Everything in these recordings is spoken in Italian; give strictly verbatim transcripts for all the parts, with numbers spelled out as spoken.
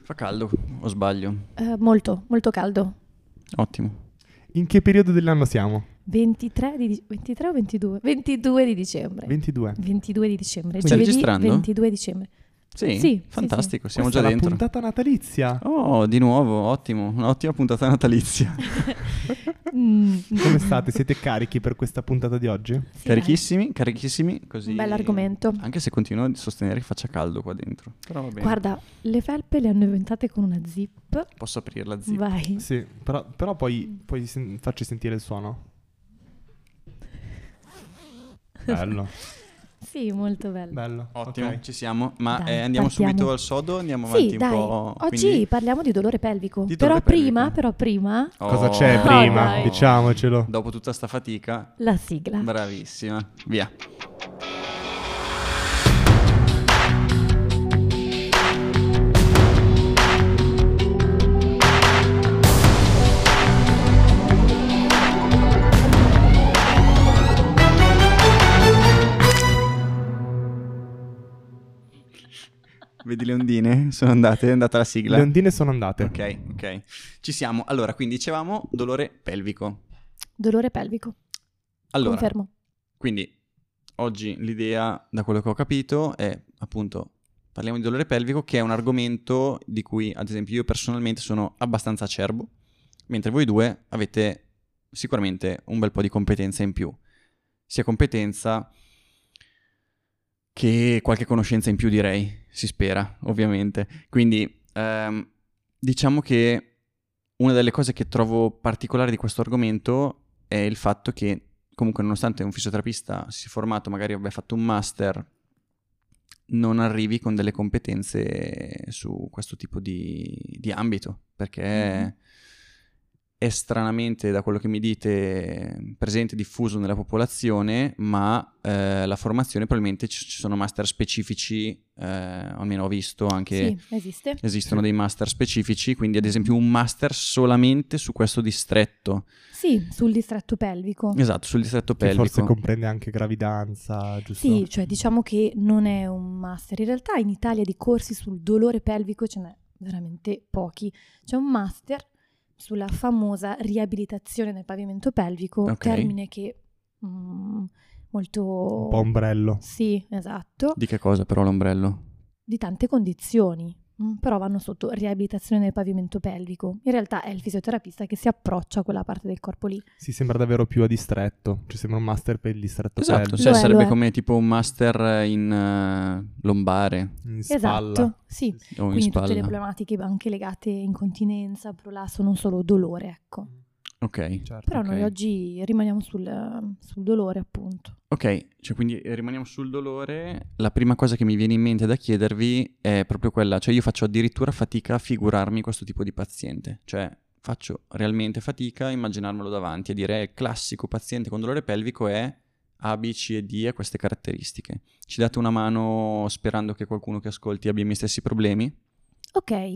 Fa caldo, o sbaglio? Eh, molto, molto caldo. Ottimo. In che periodo dell'anno siamo? ventitré, di, ventitré o ventidue? ventidue di dicembre. ventidue. ventidue di dicembre. Stai Giovedì registrando? ventidue dicembre. Sì? Sì, Fantastico, sì, siamo Questa già è la dentro. puntata natalizia. Oh, di nuovo, ottimo, un'ottima puntata natalizia. Mm, Come state? Siete carichi per questa puntata di oggi? sì, Carichissimi, carichissimi, così... Un bell'argomento. Anche se continuo a sostenere che faccia caldo qua dentro. Però va dai. bene. Guarda, le felpe le hanno inventate con una zip. Posso aprirla, zip? Vai. Sì, però, però poi, poi sen- facci sentire il suono. Bello, Sì, molto bello. bello. Ottimo, ok. ci siamo. Ma Dai, eh, andiamo partiamo. subito al sodo? Andiamo avanti Sì, un dai. po'? Oggi quindi- parliamo di dolore pelvico. Di però dolore pelvico. prima, però prima, Cosa Oh, c'è Oh, prima? dai. Diciamocelo. Dopo tutta sta fatica, la sigla. bravissima. Via. Vedi le ondine? Sono andate? È andata la sigla? Le ondine sono andate. Ok, ok. Ci siamo. Allora, quindi dicevamo dolore pelvico. Dolore pelvico. Allora, Confermo. quindi oggi l'idea, da quello che ho capito, è appunto parliamo di dolore pelvico, che è un argomento di cui, ad esempio, io personalmente sono abbastanza acerbo, mentre voi due avete sicuramente un bel po' di competenza in più. Sia competenza che qualche conoscenza in più, direi, si spera, ovviamente. Quindi, ehm, diciamo che una delle cose che trovo particolare di questo argomento è il fatto che, comunque, nonostante un fisioterapista si sia formato, magari abbia fatto un master, non arrivi con delle competenze su questo tipo di, di ambito, perché Mm-hmm. è stranamente, da quello che mi dite, presente e diffuso nella popolazione, ma eh, la formazione probabilmente ci, ci sono master specifici, eh, almeno ho visto anche... Sì, esiste. Esistono dei master specifici, quindi ad esempio un master solamente su questo distretto. Sì, sul distretto pelvico. Esatto, sul distretto Che pelvico. forse comprende anche gravidanza, giusto? Sì, cioè diciamo che non è un master. In realtà in Italia di corsi sul dolore pelvico ce n'è veramente pochi. C'è un master sulla famosa riabilitazione del pavimento pelvico, Ok. termine che mm, molto... Un po' ombrello. Sì, esatto, Di che cosa però l'ombrello? di tante condizioni, mm, però vanno sotto riabilitazione del pavimento pelvico. In realtà è il fisioterapista che si approccia a quella parte del corpo lì. Si sembra davvero più a distretto. Ci sembra un master per il distretto Esatto, pelvico. cioè Lo è, sarebbe lo è. come tipo un master in eh, lombare In spalla. Esatto, sì. o in Quindi tutte le spalla. problematiche anche legate a incontinenza, prolasso, non solo dolore, ecco. Ok, Certo. Però ok. noi oggi rimaniamo sul, sul dolore, appunto. ok, cioè quindi eh, rimaniamo sul dolore. La prima cosa che mi viene in mente da chiedervi è proprio quella, cioè io faccio addirittura fatica a figurarmi questo tipo di paziente, cioè faccio realmente fatica a immaginarmelo davanti e dire il classico paziente con dolore pelvico è A, B, C e D, ha queste caratteristiche. Ci date una mano sperando che qualcuno che ascolti abbia i miei stessi problemi? Ok,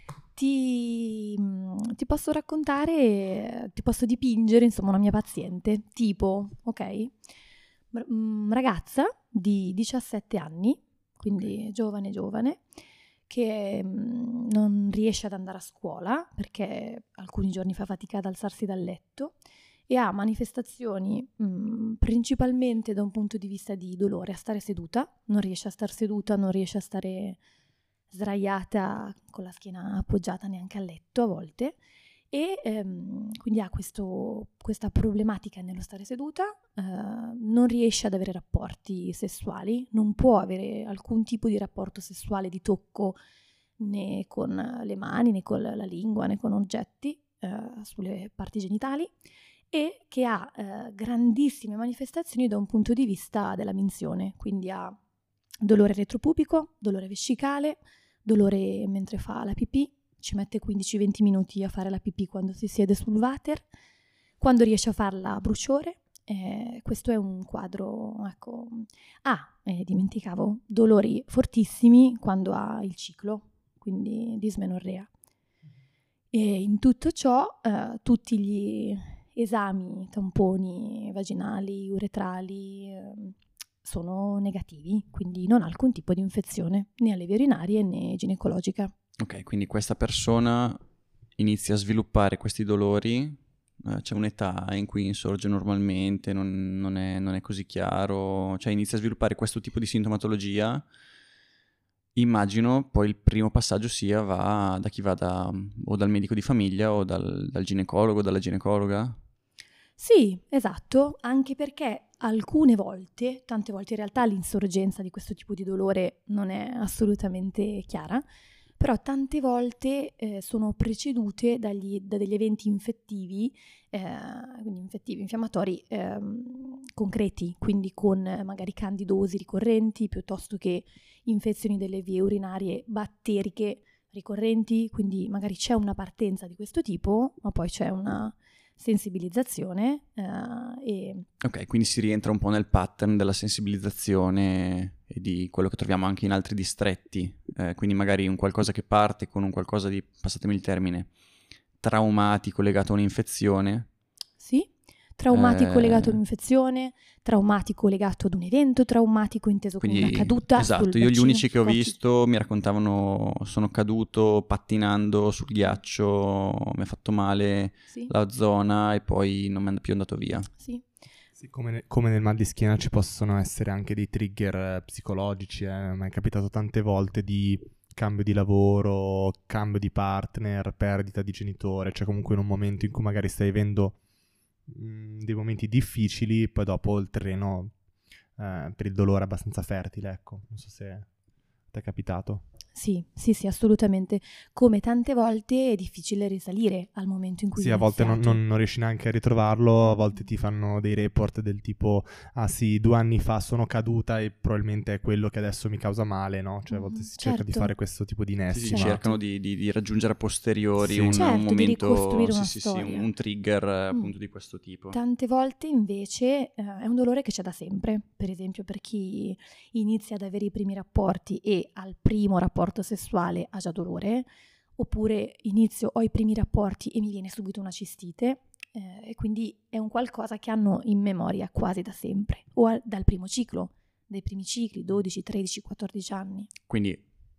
ti, ti posso raccontare, ti posso dipingere, insomma, una mia paziente, tipo, ok, r- mm, ragazza di diciassette anni, quindi giovane giovane, che mm, non riesce ad andare a scuola perché alcuni giorni fa fatica ad alzarsi dal letto e ha manifestazioni mm, principalmente da un punto di vista di dolore a stare seduta, non riesce a stare seduta, non riesce a stare sdraiata con la schiena appoggiata neanche al letto a volte e ehm, quindi ha questo, questa problematica nello stare seduta, eh, non riesce ad avere rapporti sessuali, non può avere alcun tipo di rapporto sessuale di tocco né con le mani né con la lingua né con oggetti eh, sulle parti genitali e che ha eh, grandissime manifestazioni da un punto di vista della minzione, quindi ha dolore retropubico, dolore vescicale, dolore mentre fa la pipì, ci mette quindici venti minuti a fare la pipì quando si siede sul water, quando riesce a farla bruciore, eh, questo è un quadro, ecco. Ah, eh, dimenticavo, dolori fortissimi quando ha il ciclo, quindi dismenorrea. E in tutto ciò, eh, tutti gli esami, tamponi vaginali, uretrali, eh, sono negativi, quindi non ha alcun tipo di infezione, né alle vie urinarie né ginecologica. Ok, quindi questa persona inizia a sviluppare questi dolori, eh, c'è un'età in cui insorge normalmente, non, non è, non è così chiaro, cioè inizia a sviluppare questo tipo di sintomatologia. Immagino poi il primo passaggio sia va da chi va da, o dal medico di famiglia o dal, dal ginecologo, dalla ginecologa. Sì, esatto, anche perché alcune volte, tante volte in realtà l'insorgenza di questo tipo di dolore non è assolutamente chiara, però tante volte eh, sono precedute dagli- da degli eventi infettivi, eh, quindi infettivi, infiammatori ehm, concreti, quindi con eh, magari candidosi ricorrenti piuttosto che infezioni delle vie urinarie batteriche ricorrenti, quindi magari c'è una partenza di questo tipo, ma poi c'è una sensibilizzazione eh, e Ok, quindi si rientra un po' nel pattern della sensibilizzazione e di quello che troviamo anche in altri distretti, eh, quindi magari un qualcosa che parte con un qualcosa di, passatemi il termine, traumatico legato a un'infezione. sì, traumatico Eh, legato ad un'infezione, traumatico legato ad un evento traumatico inteso come una Quindi, caduta sul esatto, io gli bacino, unici che ho sul corpo. visto mi raccontavano sono caduto pattinando sul ghiaccio, mi ha fatto male Sì, la zona e poi non mi è più andato via. sì, Sì, come, ne- come nel mal di schiena ci possono essere anche dei trigger eh, psicologici, eh. Mi è capitato tante volte di cambio di lavoro, cambio di partner, perdita di genitore, cioè comunque in un momento in cui magari stai vivendo mh, dei momenti difficili, poi dopo il terreno eh, per il dolore è abbastanza fertile, ecco, non so se ti è capitato. sì, sì, sì, assolutamente. Come tante volte è difficile risalire al momento in cui Sì, è a volte non, iniziato. non- non riesci neanche a ritrovarlo, a volte ti fanno dei report del tipo, ah sì, due anni fa sono caduta e probabilmente è quello che adesso mi causa male, no? Cioè a volte Mhm, si cerca di certo. fare questo tipo di Sì, nessi, sì, Certo. ma cercano di, di- di raggiungere a posteriori Sì. un, un Certo, di momento, ricostruire sì, una sì, sì, storia. un trigger eh, Mm. appunto di questo tipo. Tante volte invece eh, è un dolore che c'è da sempre, per esempio per chi inizia ad avere i primi rapporti e al primo rapporto sessuale ha già dolore, oppure inizio, ho i primi rapporti e mi viene subito una cistite, eh, e quindi è un qualcosa che hanno in memoria quasi da sempre, o al- dal primo ciclo, dai primi cicli, dodici, tredici, quattordici anni. Quindi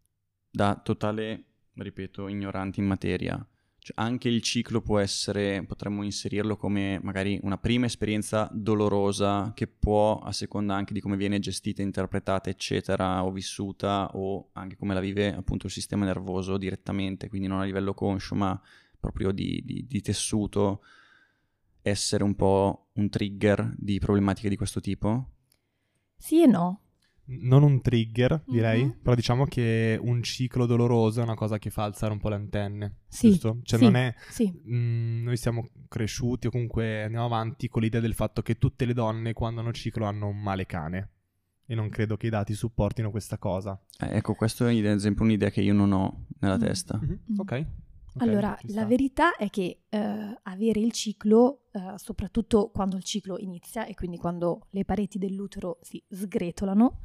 da totale, ripeto, ignorante in materia, cioè, anche il ciclo può essere, potremmo inserirlo come magari una prima esperienza dolorosa che può, a seconda anche di come viene gestita, interpretata, eccetera, o vissuta, o anche come la vive appunto il sistema nervoso direttamente, quindi non a livello conscio, ma proprio di, di, di tessuto, essere un po' un trigger di problematiche di questo tipo. Sì e no. non un trigger, direi, Mhm. però diciamo che un ciclo doloroso è una cosa che fa alzare un po' le antenne, Sì, giusto? Cioè sì, non è... sì. mh, noi siamo cresciuti o comunque andiamo avanti con l'idea del fatto che tutte le donne quando hanno ciclo hanno un male cane e non credo che i dati supportino questa cosa. Eh, ecco, questo è ad esempio un'idea che io non ho nella Mm. testa. Mhm, Mm. Ok. ok, Allora, ci la sta. verità è che eh, avere il ciclo, eh, soprattutto quando il ciclo inizia e quindi quando le pareti dell'utero si sgretolano,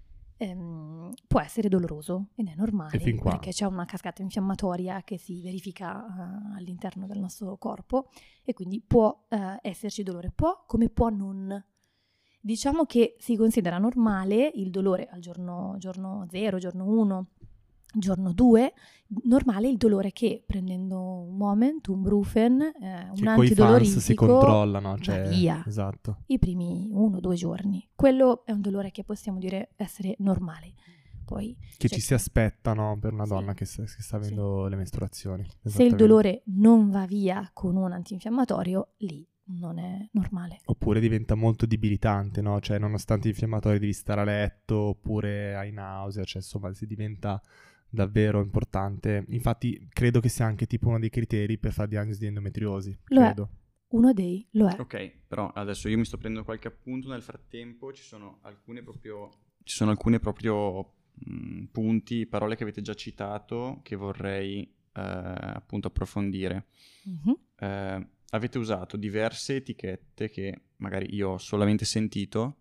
ehm, può essere doloroso ed è normale E fin qua. perché c'è una cascata infiammatoria che si verifica eh, all'interno del nostro corpo e quindi può eh, esserci dolore, può come può non. Diciamo che si considera normale il dolore al giorno, giorno zero, giorno uno, giorno due, normale il dolore che prendendo un Moment, un Brufen, eh, un Che coi fans si antidolorifico controllano, va cioè... via Esatto. i primi uno o due giorni. Quello è un dolore che possiamo dire essere normale. Poi Che c'è ci si chi- aspetta, no? Per una Sì. donna che, sta- che sta avendo le mestruazioni. se il Esattamente. dolore non va via con un antinfiammatorio, lì non è normale. Oppure diventa molto debilitante, no? Cioè, nonostante infiammatori devi stare a letto, oppure hai nausea, cioè, insomma, si diventa davvero importante. Infatti, credo che sia anche tipo uno dei criteri per fare diagnosi di endometriosi, Lo è. credo. Uno dei lo è. Ok, però adesso io mi sto prendendo qualche appunto, nel frattempo ci sono alcune proprio, ci sono alcune proprio mh, punti, parole che avete già citato che vorrei eh, appunto approfondire. Mhm. Eh, avete usato diverse etichette che magari io ho solamente sentito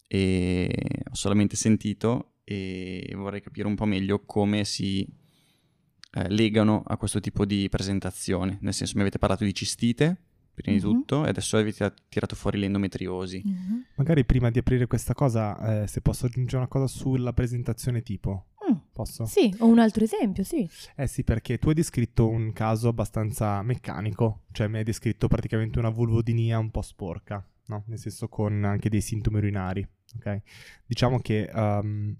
e ho solamente sentito e vorrei capire un po' meglio come si eh, legano a questo tipo di presentazione. Nel senso, mi avete parlato di cistite, prima di Mhm. tutto, e adesso avete tirato fuori l'endometriosi. Mhm. Magari prima di aprire questa cosa, eh, se posso aggiungere una cosa sulla presentazione tipo. Mm. Posso? Sì, ho un altro esempio, sì. Eh sì, perché tu hai descritto un caso abbastanza meccanico, cioè mi hai descritto praticamente una vulvodinia un po' sporca, no? Nel senso con anche dei sintomi urinari, ok? Diciamo che um,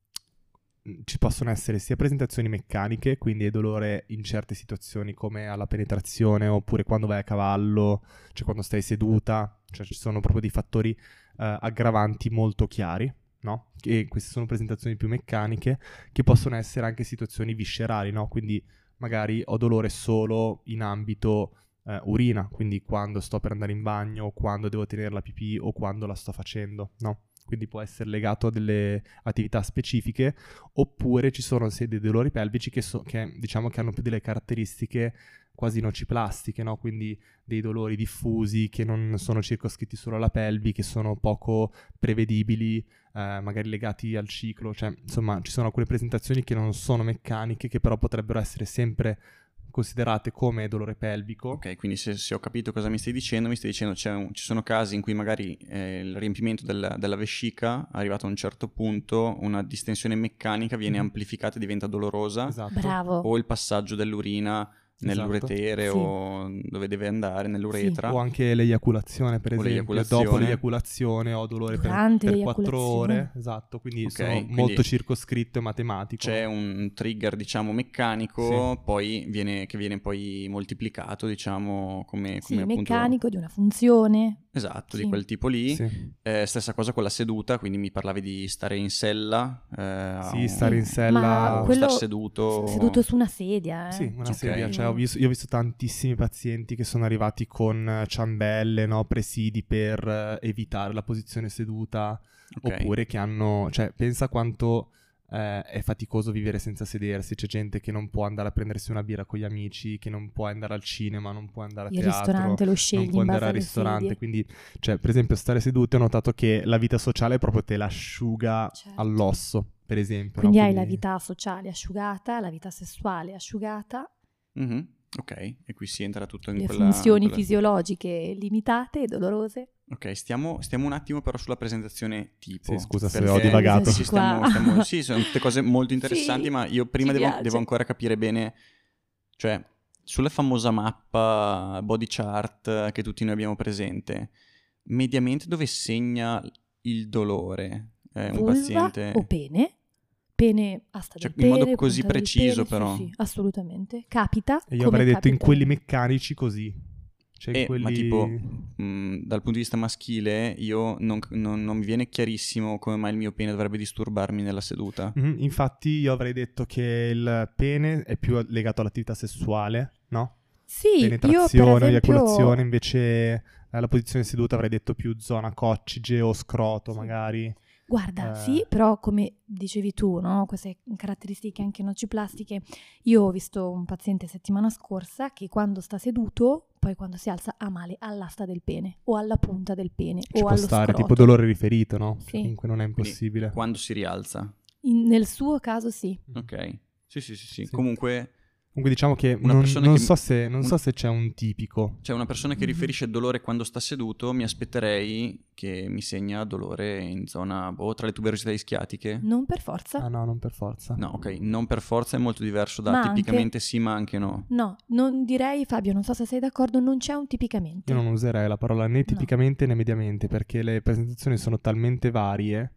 ci possono essere sia presentazioni meccaniche, quindi dolore in certe situazioni come alla penetrazione oppure quando vai a cavallo, cioè quando stai seduta, cioè ci sono proprio dei fattori uh, aggravanti molto chiari, no? E queste sono presentazioni più meccaniche che possono essere anche situazioni viscerali, no? Quindi magari ho dolore solo in ambito eh, urina, quindi quando sto per andare in bagno, quando devo tenere la pipì o quando la sto facendo, no? Quindi può essere legato a delle attività specifiche, oppure ci sono se dei dolori pelvici che, so, che diciamo che hanno più delle caratteristiche quasi nociplastiche, no? Quindi dei dolori diffusi che non sono circoscritti solo alla pelvi, che sono poco prevedibili, eh, magari legati al ciclo, cioè insomma ci sono alcune presentazioni che non sono meccaniche, che però potrebbero essere sempre considerate come dolore pelvico. Ok, quindi se, se ho capito cosa mi stai dicendo, mi stai dicendo c'è un, ci sono casi in cui magari eh, il riempimento del, della vescica, arrivato a un certo punto, una distensione meccanica viene Mm. amplificata e diventa dolorosa, Esatto. Bravo. o il passaggio dell'urina nell'uretere Sì. o dove deve andare, nell'uretra. O anche l'eiaculazione, per O esempio. l'eiaculazione. Dopo l'eiaculazione ho dolore per, Durante per quattro l'eiaculazione. ore. Esatto, quindi Ok, sono quindi molto circoscritto e matematico. C'è un trigger, diciamo, meccanico, poi viene, che viene poi moltiplicato, diciamo, come, Sì, come appunto... meccanico, di una funzione. Esatto, Sì. di quel tipo lì. Sì. Eh, stessa cosa con la seduta, quindi mi parlavi di stare in sella. Eh, Sì, o- stare in Sì, sella. ma o quello- star seduto. Seduto su una sedia, eh. Sì, una Cioè, sedia. quello- Cioè, ho visto- io ho visto tantissimi pazienti che sono arrivati con eh, ciambelle, no, presidi per eh, evitare la posizione seduta, Ok. oppure che hanno... Cioè, pensa quanto eh, è faticoso vivere senza sedersi. C'è gente che non può andare a prendersi una birra con gli amici, che non può andare al cinema, non può andare a Il teatro, ristorante lo non scegli può in base andare al alle ristorante. sedie. Quindi, cioè, per esempio, stare seduti ho notato che la vita sociale proprio te l'asciuga Certo. all'osso, per esempio. Quindi no? hai la vita sociale asciugata, la vita sessuale asciugata, Mhm. Ok, e qui si entra tutto in le quella... funzioni quella- fisiologiche limitate e dolorose. Ok, stiamo, stiamo un attimo però sulla presentazione tipo. Sì, scusa se perché ho divagato. Ci stiamo, Qua. stiamo- sì, sono tutte cose molto interessanti, Sì, ma io prima ci devo, piace. devo ancora capire bene, cioè, sulla famosa mappa body chart che tutti noi abbiamo presente, mediamente dove segna il dolore eh, un Vulva paziente? o pene? Pene asta Cioè, del in modo pene, così punta del preciso, pene, però. Sì, sì, assolutamente. Capita. E io come avrei detto in capita- quelli meccanici così. Cioè in Eh, quelli... ma tipo, mh, dal punto di vista maschile, io non, non- non mi viene chiarissimo come mai il mio pene dovrebbe disturbarmi nella seduta. Mhm, infatti io avrei detto che il pene è più legato all'attività sessuale, no? Sì, io Penetrazione, per esempio... eiaculazione, invece eh, la posizione seduta avrei detto più zona coccige o scroto Sì. magari. Guarda, Eh. sì, però come dicevi tu, no? Queste caratteristiche anche nociplastiche, io ho visto un paziente settimana scorsa che quando sta seduto, poi quando si alza ha male all'asta del pene o alla punta del pene Ci o può allo stare, scroto. tipo dolore riferito, no? Sì. Comunque non è Quindi, impossibile. quando si rialza. In- nel suo caso sì. Ok. Sì, sì, sì, sì. Sì. Comunque, Comunque diciamo che Una non, persona non che- so se, non un- so se c'è un tipico. cioè una persona che Mhm. riferisce dolore quando sta seduto, mi aspetterei che mi segna dolore in zona, boh, tra le tuberosità ischiatiche. Non per forza. Ah no, non per forza. No, ok, non per forza è molto diverso da Ma anche- tipicamente sì, ma anche no. No, non direi, Fabio, non so se sei d'accordo, non c'è un tipicamente. Io non userei la parola né tipicamente né mediamente, perché le presentazioni sono talmente varie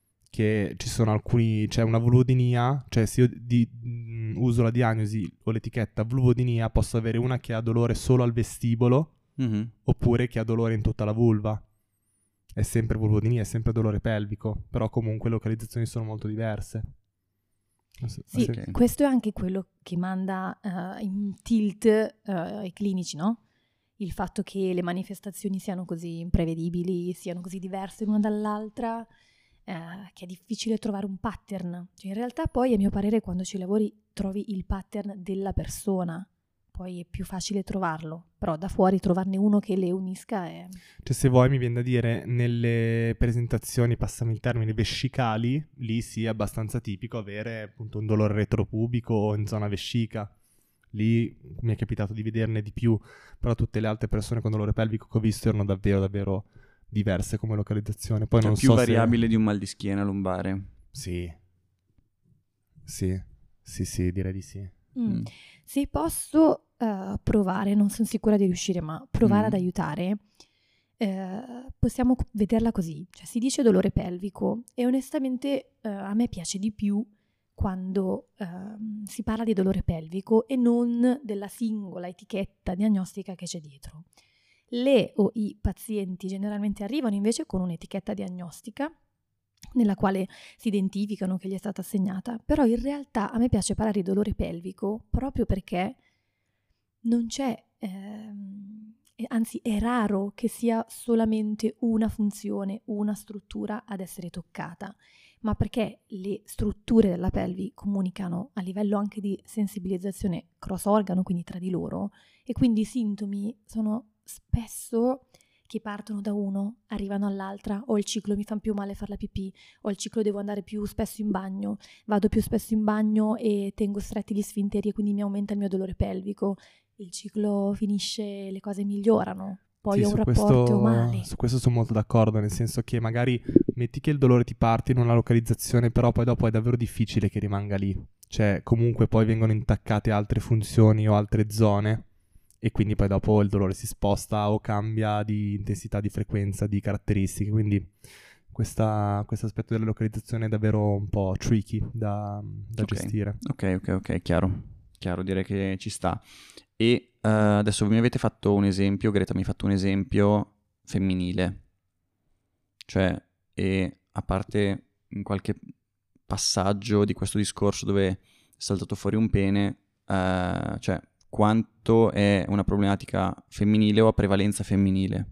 che ci sono alcuni, c'è una vulvodinia, cioè se io di- mh, uso la diagnosi o l'etichetta vulvodinia posso avere una che ha dolore solo al vestibolo Mhm. oppure che ha dolore in tutta la vulva. È sempre vulvodinia, è sempre dolore pelvico, però comunque le localizzazioni sono molto diverse. Non so- Sì, se- Ok. questo è anche quello che manda eh, in tilt eh, ai clinici, no? Il fatto che le manifestazioni siano così imprevedibili, siano così diverse l'una dall'altra, eh, che è difficile trovare un pattern. Cioè, in realtà poi, a mio parere, quando ci lavori trovi il pattern della persona, poi è più facile trovarlo, però da fuori trovarne uno che le unisca è... Cioè, se vuoi, mi viene da dire, nelle presentazioni, passami il termine, vescicali, lì sì è abbastanza tipico avere appunto un dolore retropubico o in zona vescica. Lì mi è capitato di vederne di più, però tutte le altre persone con dolore pelvico che ho visto erano davvero, davvero diverse come localizzazione. Poi Cioè non più so variabile se... di un mal di schiena lombare. Sì. Sì, sì, sì, direi di sì. Mm. Mm. Se posso uh, provare, non sono sicura di riuscire, ma provare Mm. ad aiutare, eh, possiamo c- vederla così. Cioè, si dice dolore pelvico e onestamente eh, a me piace di più quando ehm, si parla di dolore pelvico e non della singola etichetta diagnostica che c'è dietro. Le o i pazienti generalmente arrivano invece con un'etichetta diagnostica nella quale si identificano che gli è stata assegnata, però in realtà a me piace parlare di dolore pelvico proprio perché non c'è, ehm, anzi è raro che sia solamente una funzione, una struttura ad essere toccata, ma perché le strutture della pelvi comunicano a livello anche di sensibilizzazione cross-organo, quindi tra di loro, e quindi i sintomi sono spesso che partono da uno, arrivano all'altra, o il ciclo mi fa più male far la pipì, o il ciclo devo andare più spesso in bagno, vado più spesso in bagno e tengo stretti gli sfinteri e quindi mi aumenta il mio dolore pelvico, il ciclo finisce, le cose migliorano, poi Sì, ho un su rapporto questo, male. su questo sono molto d'accordo, nel senso che magari metti che il dolore ti parte in una localizzazione, però poi dopo è davvero difficile che rimanga lì. Cioè, comunque poi vengono intaccate altre funzioni o altre zone e quindi poi dopo il dolore si sposta o cambia di intensità, di frequenza, di caratteristiche. Quindi questo aspetto della localizzazione è davvero un po' tricky da, da Ok. gestire. Ok, ok, ok, chiaro. Chiaro, direi che ci sta. E eh, adesso mi avete fatto un esempio, Greta mi ha fatto un esempio femminile. Cioè, e a parte in qualche passaggio di questo discorso dove è saltato fuori un pene, eh, cioè, quanto è una problematica femminile o a prevalenza femminile?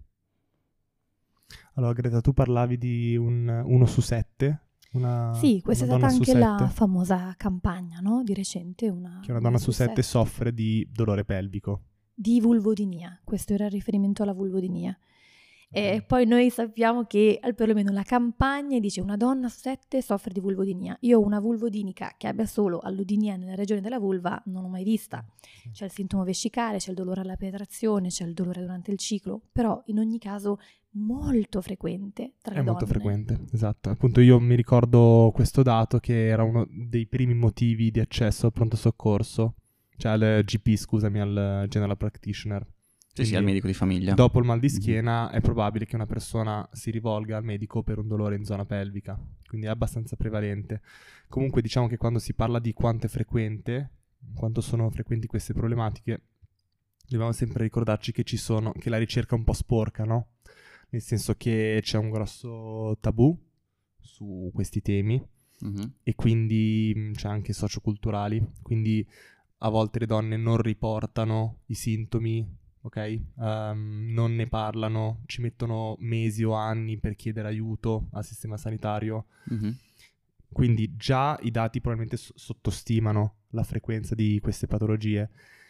Allora, Greta, tu parlavi di un uno su sette? Una, Sì, questa è una stata donna su anche la sette? famosa campagna, no? Di recente, una, Che una donna su sette sette. soffre di dolore pelvico. Di vulvodinia, questo era il riferimento alla vulvodinia. E Ok. poi noi sappiamo che al perlomeno la campagna dice una donna su sette soffre di vulvodinia. Io una vulvodinica che abbia solo alludinia nella regione della vulva non l'ho mai vista. Sì. C'è il sintomo vescicale, c'è il dolore alla penetrazione, c'è il dolore durante il ciclo, però in ogni caso molto frequente tra È le molto donne. frequente, esatto. Appunto io mi ricordo questo dato che era uno dei primi motivi di accesso al pronto soccorso, cioè al G P, scusami, al General Practitioner. Sì, sì, Quindi al medico di famiglia. dopo il mal di Mhm. schiena è probabile che una persona si rivolga al medico per un dolore in zona pelvica, quindi è abbastanza prevalente. Comunque diciamo che quando si parla di quanto è frequente, quanto sono frequenti queste problematiche, dobbiamo sempre ricordarci che ci sono, che la ricerca è un po' sporca, no? Nel senso che c'è un grosso tabù su questi temi Mhm. e quindi mh, c'è anche socioculturali, quindi a volte le donne non riportano i sintomi, ok? Ehm, non ne parlano, ci mettono mesi o anni per chiedere aiuto al sistema sanitario. Mhm. Quindi già i dati probabilmente so- sottostimano la frequenza di queste patologie.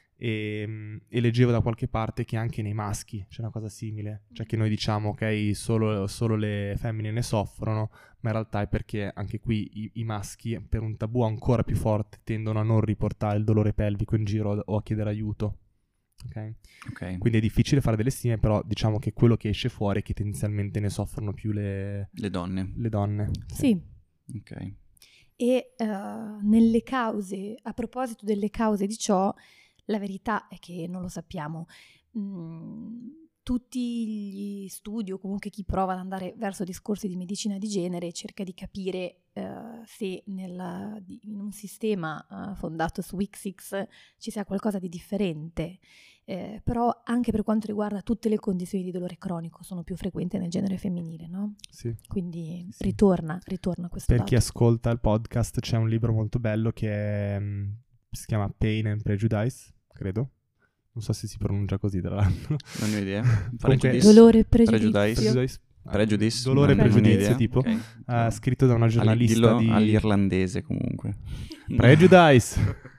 E, e leggevo da qualche parte che anche nei maschi c'è una cosa simile, cioè che noi diciamo ok solo, solo le femmine ne soffrono, ma in realtà è perché anche qui i, i maschi per un tabù ancora più forte tendono a non riportare il dolore pelvico in giro o a chiedere aiuto. Okay? Ok. Quindi è difficile fare delle stime, però diciamo che quello che esce fuori è che tendenzialmente ne soffrono più le, Le donne. le donne. Sì. Ok. E eh, nelle cause, a proposito delle cause di ciò, la verità è che non lo sappiamo. Mm, tutti gli studi o comunque chi prova ad andare verso discorsi di medicina di genere cerca di capire eh, se nella, di, in un sistema eh, fondato su X X ci sia qualcosa di differente. Eh, però anche per quanto riguarda tutte le condizioni di dolore cronico sono più frequenti nel genere femminile, no? Sì. Quindi Sì. ritorna, ritorna questo Per dato. chi ascolta il podcast c'è un libro molto bello che è, mh, si chiama Pain and Prejudice, credo. Non so se si pronuncia così, tra l'altro. Non ne ho idea. Comunque- Prejudice. Dolore e pregiudizio. Prejudice. Prejudice. Prejudice. Dolore e non- non ne ho pregiudizio, idea. tipo. Ok. eh, scritto da una Alli- giornalista dillo di... all'irlandese comunque. Prejudice!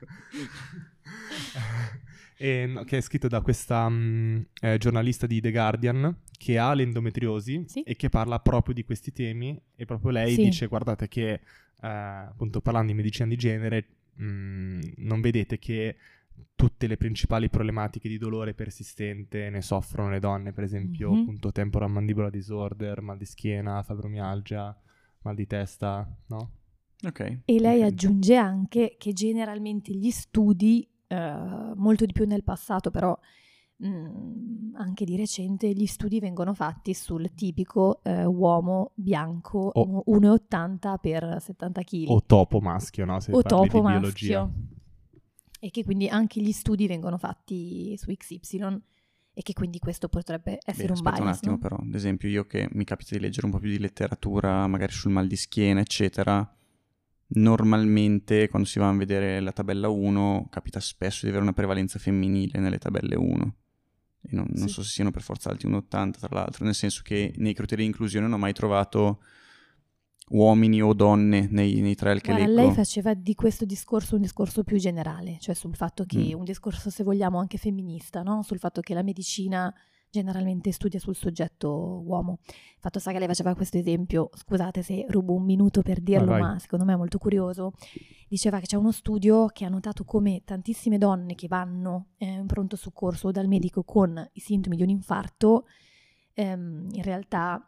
E, no, che è scritto da questa mh, eh, giornalista di The Guardian che ha l'endometriosi Sì. e che parla proprio di questi temi e proprio lei Sì. dice guardate che eh, appunto parlando di medicina di genere mh, non vedete che tutte le principali problematiche di dolore persistente ne soffrono le donne, per esempio Mhm. appunto temporomandibular disorder, mal di schiena, fibromialgia, mal di testa, no? Ok. E lei ok. aggiunge anche che generalmente gli studi, eh, molto di più nel passato, però mh, anche di recente, gli studi vengono fatti sul tipico eh, uomo bianco O- uno virgola ottanta per settanta chili. O topo maschio, no? Se O parli topo di biologia. maschio. E che quindi anche gli studi vengono fatti su X Y e che quindi questo potrebbe essere Beh, un aspetta bias, un attimo no? però, ad esempio io che mi capita di leggere un po' più di letteratura, magari sul mal di schiena, eccetera, normalmente quando si va a vedere la tabella uno capita spesso di avere una prevalenza femminile nelle tabelle uno. E non, non Sì. so se siano per forza alti uno virgola ottanta, tra l'altro, nel senso che nei criteri di inclusione non ho mai trovato uomini o donne nei, nei trial che Guarda, leggo. lei faceva di questo discorso un discorso più generale, cioè sul fatto che, Mm. un discorso se vogliamo anche femminista, no? Sul fatto che la medicina generalmente studia sul soggetto uomo. Fatto sta che lei faceva questo esempio, scusate se rubo un minuto per dirlo, Vai, vai. ma secondo me è molto curioso. Diceva che c'è uno studio che ha notato come tantissime donne che vanno eh, in pronto soccorso dal medico con i sintomi di un infarto, ehm, in realtà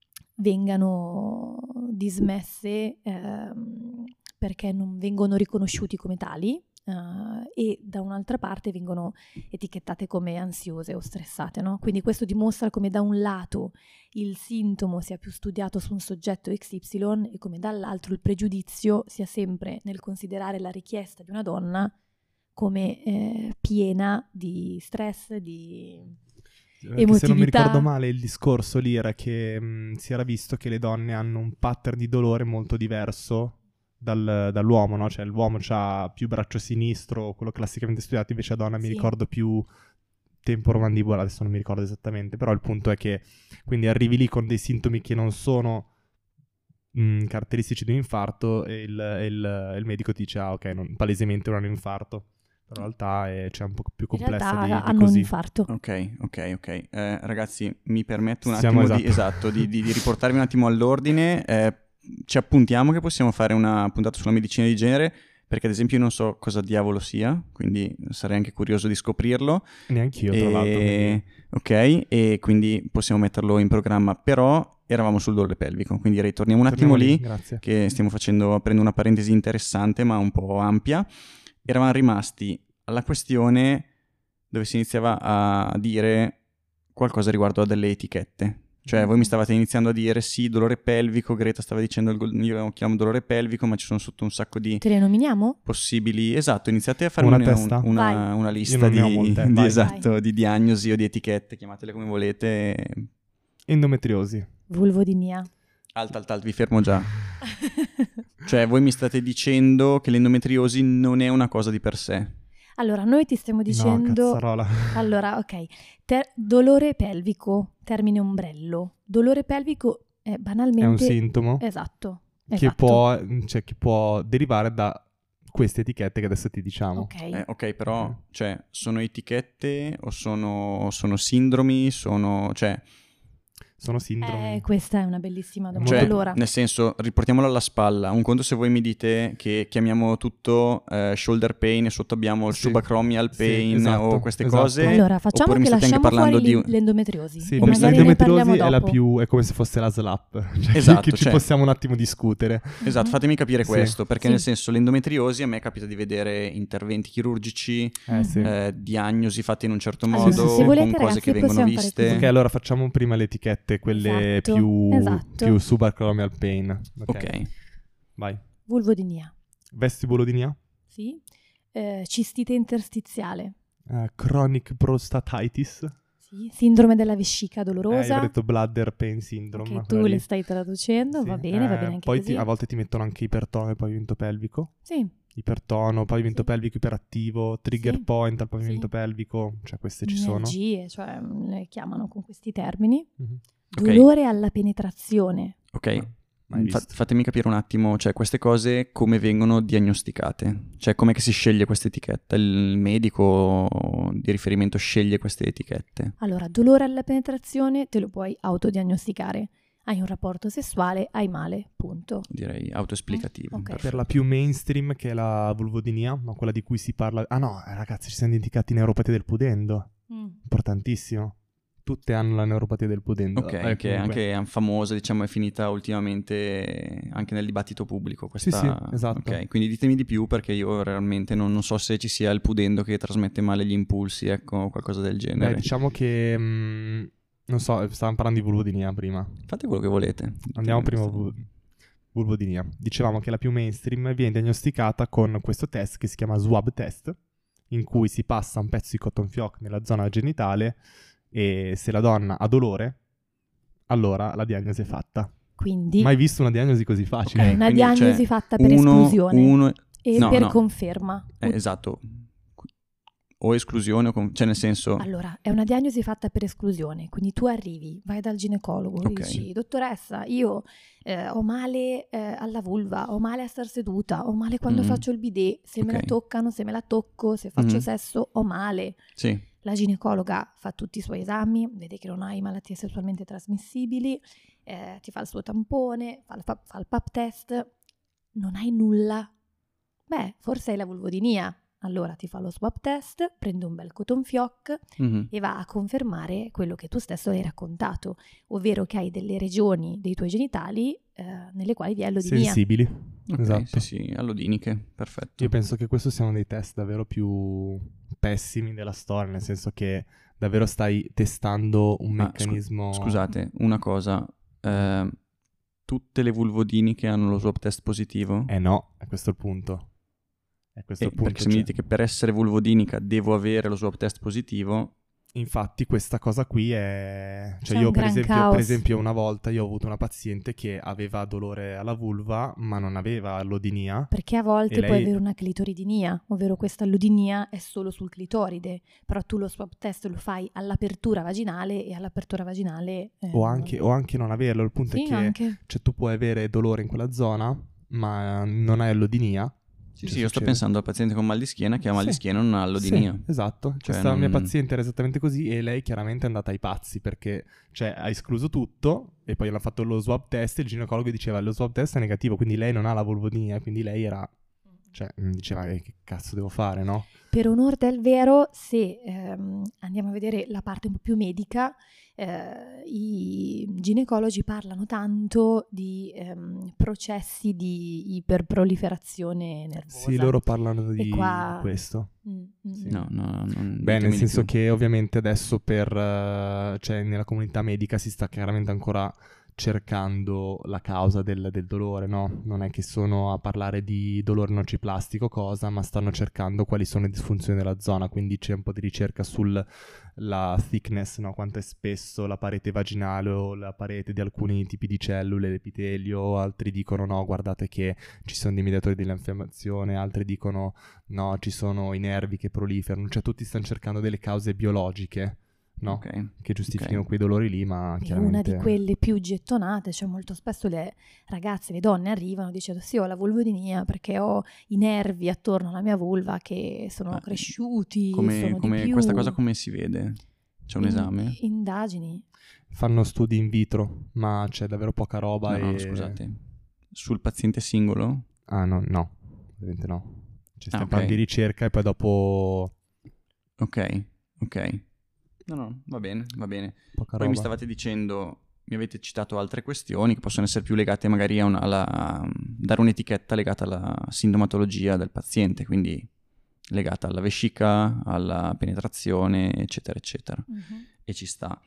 vengano dismesse ehm, perché non vengono riconosciuti come tali eh, e da un'altra parte vengono etichettate come ansiose o stressate, no? Quindi questo dimostra come da un lato il sintomo sia più studiato su un soggetto X Y e come dall'altro il pregiudizio sia sempre nel considerare la richiesta di una donna come eh, piena di stress, di Perché se non mi emotività. ricordo male il discorso lì era che mh, si era visto che le donne hanno un pattern di dolore molto diverso dal- dall'uomo, no? Cioè l'uomo ha più braccio sinistro, quello classicamente studiato, invece la donna mi Sì. ricordo più temporomandibola, adesso non mi ricordo esattamente, però il punto è che quindi arrivi lì con dei sintomi che non sono mh, caratteristici di un infarto e il, e il- e il medico ti dice ah ok, non- palesemente non hanno un infarto. Però in realtà è, cioè, un po' più In complessa realtà di, di hanno un così. infarto. Ok, ok, ok. Eh, ragazzi, mi permetto un Siamo attimo di, esatto. esatto, di, di- di riportarvi un attimo all'ordine. Eh, ci appuntiamo che possiamo fare una puntata sulla medicina di genere, perché ad esempio io non so cosa diavolo sia, quindi sarei anche curioso di scoprirlo. Neanch'io, E- tra l'altro. quindi- Ok, e quindi possiamo metterlo in programma, però eravamo sul dolore pelvico, quindi ritorniamo un Torniamo attimo lì, grazie. che stiamo facendo, aprendo una parentesi interessante ma un po' ampia. Eravamo rimasti alla questione dove si iniziava a dire qualcosa riguardo a delle etichette. Cioè voi mi stavate iniziando a dire sì, dolore pelvico, Greta stava dicendo il, gol- io lo chiamo dolore pelvico, ma ci sono sotto un sacco di Te le nominiamo? possibili... Esatto, iniziate a farmi Una un- testa? una, Vai. una Io lista non ne ho di, molte, di vai. esatto, di diagnosi o di etichette, chiamatele come volete. Endometriosi. Vulvodinia. Alt, alt, alt, vi fermo già. Cioè voi mi state dicendo che l'endometriosi non è una cosa di per sé. Allora, noi ti stiamo No, dicendo... cazzarola. Allora, ok. Ter- dolore pelvico, termine ombrello. Dolore pelvico è banalmente... È un sintomo Esatto. che esatto. può, cioè, che può derivare da queste etichette che adesso ti diciamo. Ok. Eh, ok, però, Ok. cioè, sono etichette o sono, sono sindromi? Sono, cioè, Sono sindromi. Eh, questa è una bellissima domanda. cioè, Allora, nel senso, riportiamolo alla spalla. Un conto se voi mi dite che chiamiamo tutto eh, shoulder pain e sotto abbiamo il Sì. subacromial Sì, pain esatto, o queste esatto. cose. allora facciamo oppure mi che state anche lasciamo parlando fuori di... l'en- l'endometriosi. Sì, e perché magari ne l'endometriosi parliamo è la dopo. più è come se fosse la SLAP, cioè Esatto, che, che ci cioè- possiamo un attimo discutere. Esatto, Mhm. fatemi capire Sì. questo, perché Sì. nel senso l'endometriosi a me capita di vedere interventi chirurgici, Eh sì. Mhm. eh, diagnosi fatte in un certo Allora, modo, se volete, con cose ragazzi, che vengono possiamo fare viste. così. Ok, allora facciamo prima le etichette, quelle Esatto, più, esatto. più subacromial pain. Ok, Ok. vai. Vulvodinia. Vestibulodinia, Sì. Eh, cistite interstiziale. eh, chronic prostatitis. Sì. Sindrome della vescica Eh, io dolorosa. ho detto bladder pain syndrome. Ok, tu quella le lì. stai traducendo, Sì. va bene, va Eh, bene anche poi così. ti- a volte ti mettono anche ipertono e pavimento pelvico. Sì, Ipertono, pavimento Sì. pelvico iperattivo, trigger Sì. point al pavimento Sì. pelvico, cioè queste ci sono. mialgie, cioè mm, le chiamano con questi termini. Mhm. Ok. Dolore alla penetrazione. Ok, Mai Fa- visto. fatemi capire un attimo, cioè queste cose come vengono diagnosticate? Cioè com'è che si sceglie questa etichetta? Il medico di riferimento sceglie queste etichette? Allora, dolore alla penetrazione te lo puoi autodiagnosticare. Hai un rapporto sessuale, hai male, punto. Direi autoesplicativo. Ok. perfetto. Per la più mainstream che è la vulvodinia, ma quella di cui si parla... Ah no, eh, ragazzi, ci siamo dimenticati neuropatia del pudendo. Mm. Importantissimo. tutte hanno la neuropatia del pudendo. Ok, eh, che è anche famosa, diciamo, è finita ultimamente anche nel dibattito pubblico questa... Sì, sì, esatto. Ok, quindi ditemi di più perché io realmente non, non so se ci sia il pudendo che trasmette male gli impulsi, ecco, qualcosa del genere. Beh, diciamo che, mh, non so, stavamo parlando di vulvodinia prima. Fate quello che volete. Andiamo prima a vul- vulvodinia. Dicevamo che la più mainstream viene diagnosticata con questo test che si chiama swab test, in cui si passa un pezzo di cotton fioc nella zona genitale e se la donna ha dolore, allora la diagnosi è fatta. Quindi Mai visto una diagnosi così facile? Ok, è una quindi diagnosi c'è fatta per uno- esclusione uno- e no, per no. conferma. Eh, esatto. O esclusione, o con- cioè nel senso... Allora, è una diagnosi fatta per esclusione, quindi tu arrivi, vai dal ginecologo e Ok. dici, dottoressa, io eh, ho male eh, alla vulva, ho male a star seduta, ho male quando Mm. faccio il bidet, se me la Ok. toccano, se me la tocco, se faccio Mhm. sesso, ho male. Sì, La ginecologa fa tutti i suoi esami, vede che non hai malattie sessualmente trasmissibili, eh, ti fa il suo tampone, fa il, fa- fa il pap test, non hai nulla. Beh, forse hai la vulvodinia. Allora ti fa lo swab test, prende un bel cotton fioc Mhm. e va a confermare quello che tu stesso hai raccontato, ovvero che hai delle regioni dei tuoi genitali eh, nelle quali vi è l'odinia. Sensibili. Ok, Esatto. sì, sì, allodiniche, perfetto. Io penso che questo sia uno dei test davvero più pessimi della storia, nel senso che davvero stai testando un Ma scu- meccanismo... Scusate, una cosa, eh, tutte le vulvodiniche hanno lo swab test positivo? Eh no, è questo il punto. È questo Eh, il punto. perché se mi cioè- dite che per essere vulvodinica devo avere lo swab test positivo, Infatti questa cosa qui è... Cioè C'è io un per gran esempio, caos. per esempio una volta io ho avuto una paziente che aveva dolore alla vulva ma non aveva l'odinia. Perché a volte E lei- puoi avere una clitoridinia, ovvero questa allodinia è solo sul clitoride, però tu lo swab test lo fai all'apertura vaginale e all'apertura vaginale... eh, O anche, o anche non averlo. Il punto Sì, è che anche. cioè, tu puoi avere dolore in quella zona ma non hai l'odinia. sì, Cioè, sì, io sto succede. pensando al paziente con mal di schiena che ha mal di Sì. schiena e non ha allodinia. Sì, esatto. Cioè, Questa non- mia paziente era esattamente così e lei chiaramente è andata ai pazzi perché cioè, ha escluso tutto e poi l'ha fatto lo swab test e il ginecologo diceva lo swab test è negativo, quindi lei non ha la vulvodinia, quindi lei era... Cioè, diceva eh, che cazzo devo fare, no? Per onor del vero, se ehm, andiamo a vedere la parte un po' più medica, eh, i ginecologi parlano tanto di ehm, processi di iperproliferazione nervosa. Sì, loro parlano di qua- questo. Mm, mm, Sì. mm. No, no, non Beh, ditemi nel di senso più. che ovviamente adesso per... eh, cioè, nella comunità medica si sta chiaramente ancora cercando la causa del, del dolore, no? Non è che sono a parlare di dolore nociplastico cosa, ma stanno cercando quali sono le disfunzioni della zona, quindi c'è un po' di ricerca sulla thickness, no? Quanto è spesso la parete vaginale o la parete di alcuni tipi di cellule, l'epitelio, altri dicono no, guardate che ci sono dei mediatori dell'infiammazione, altri dicono no, ci sono i nervi che proliferano, cioè tutti stanno cercando delle cause biologiche, no? Ok. Che giustifichino Ok. quei dolori lì, ma E chiaramente... una di quelle più gettonate, cioè molto spesso le ragazze, le donne arrivano dicendo sì, ho la vulvodinia perché ho i nervi attorno alla mia vulva che sono Ma cresciuti, Come, sono come- di più. questa cosa come si vede? C'è un In- esame? Indagini. Fanno studi in vitro, ma c'è davvero poca roba No, e... no, scusate. Sul paziente singolo? Ah, no, no, ovviamente no. Cioè, stiamo ok. parlando di ricerca e poi dopo Ok, ok. No, no, va bene, va bene. poca Poi roba. mi stavate dicendo, mi avete citato altre questioni che possono essere più legate magari a una, alla, a dare un'etichetta legata alla sintomatologia del paziente, quindi legata alla vescica, alla penetrazione, eccetera, eccetera. Mhm. E ci sta.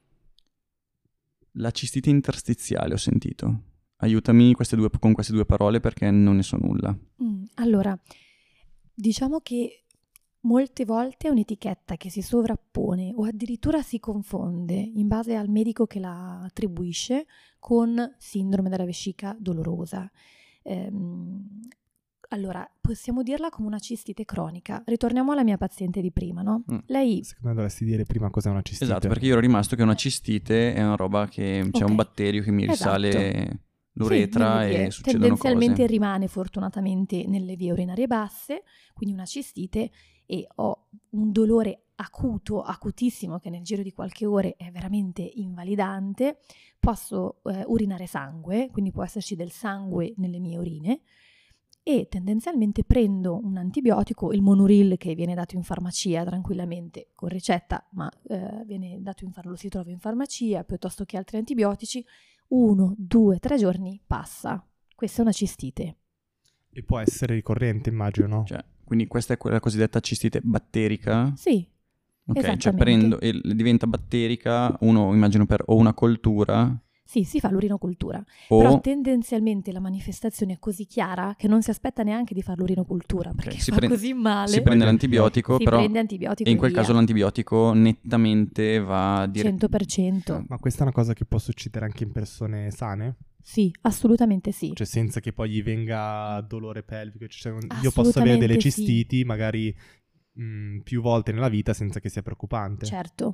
La cistite interstiziale ho sentito. Aiutami queste due, con queste due parole perché non ne so nulla. Mm, Allora, diciamo che molte volte è un'etichetta che si sovrappone o addirittura si confonde in base al medico che la attribuisce con sindrome della vescica dolorosa. Ehm, allora, possiamo dirla come una cistite cronica. Ritorniamo alla mia paziente di prima, no? Mm. Lei Secondo me dovresti dire prima cos'è una cistite. Esatto, perché io ero rimasto che una cistite è una roba che c'è Ok. un batterio che mi risale Esatto. l'uretra Sì, nelle vie. e succedono Tendenzialmente cose. rimane fortunatamente nelle vie urinarie basse, quindi una cistite, e ho un dolore acuto, acutissimo, che nel giro di qualche ore è veramente invalidante. Posso eh, urinare sangue, quindi può esserci del sangue nelle mie urine, e tendenzialmente prendo un antibiotico, il Monuril, che viene dato in farmacia tranquillamente con ricetta, ma eh, viene dato in far- lo si trova in farmacia piuttosto che altri antibiotici, uno, due, tre giorni passa. Questa è una cistite. E può essere ricorrente, immagino, no? Cioè, quindi questa è quella cosiddetta cistite batterica? Sì, Ok, cioè esattamente. prendo e diventa batterica, uno immagino per o una coltura Sì, si fa l'urinocultura, o... però tendenzialmente la manifestazione è così chiara che non si aspetta neanche di fare l'urinocultura, perché si fa prende- così male. si prende l'antibiotico, Si però prende antibiotico e in quel via. caso l'antibiotico nettamente va dire... cento per cento. Ma questa è una cosa che può succedere anche in persone sane? Sì, assolutamente sì. Cioè senza che poi gli venga dolore pelvico? Cioè, io posso Assolutamente avere delle sì. cistiti magari mh, più volte nella vita senza che sia preoccupante. Certo.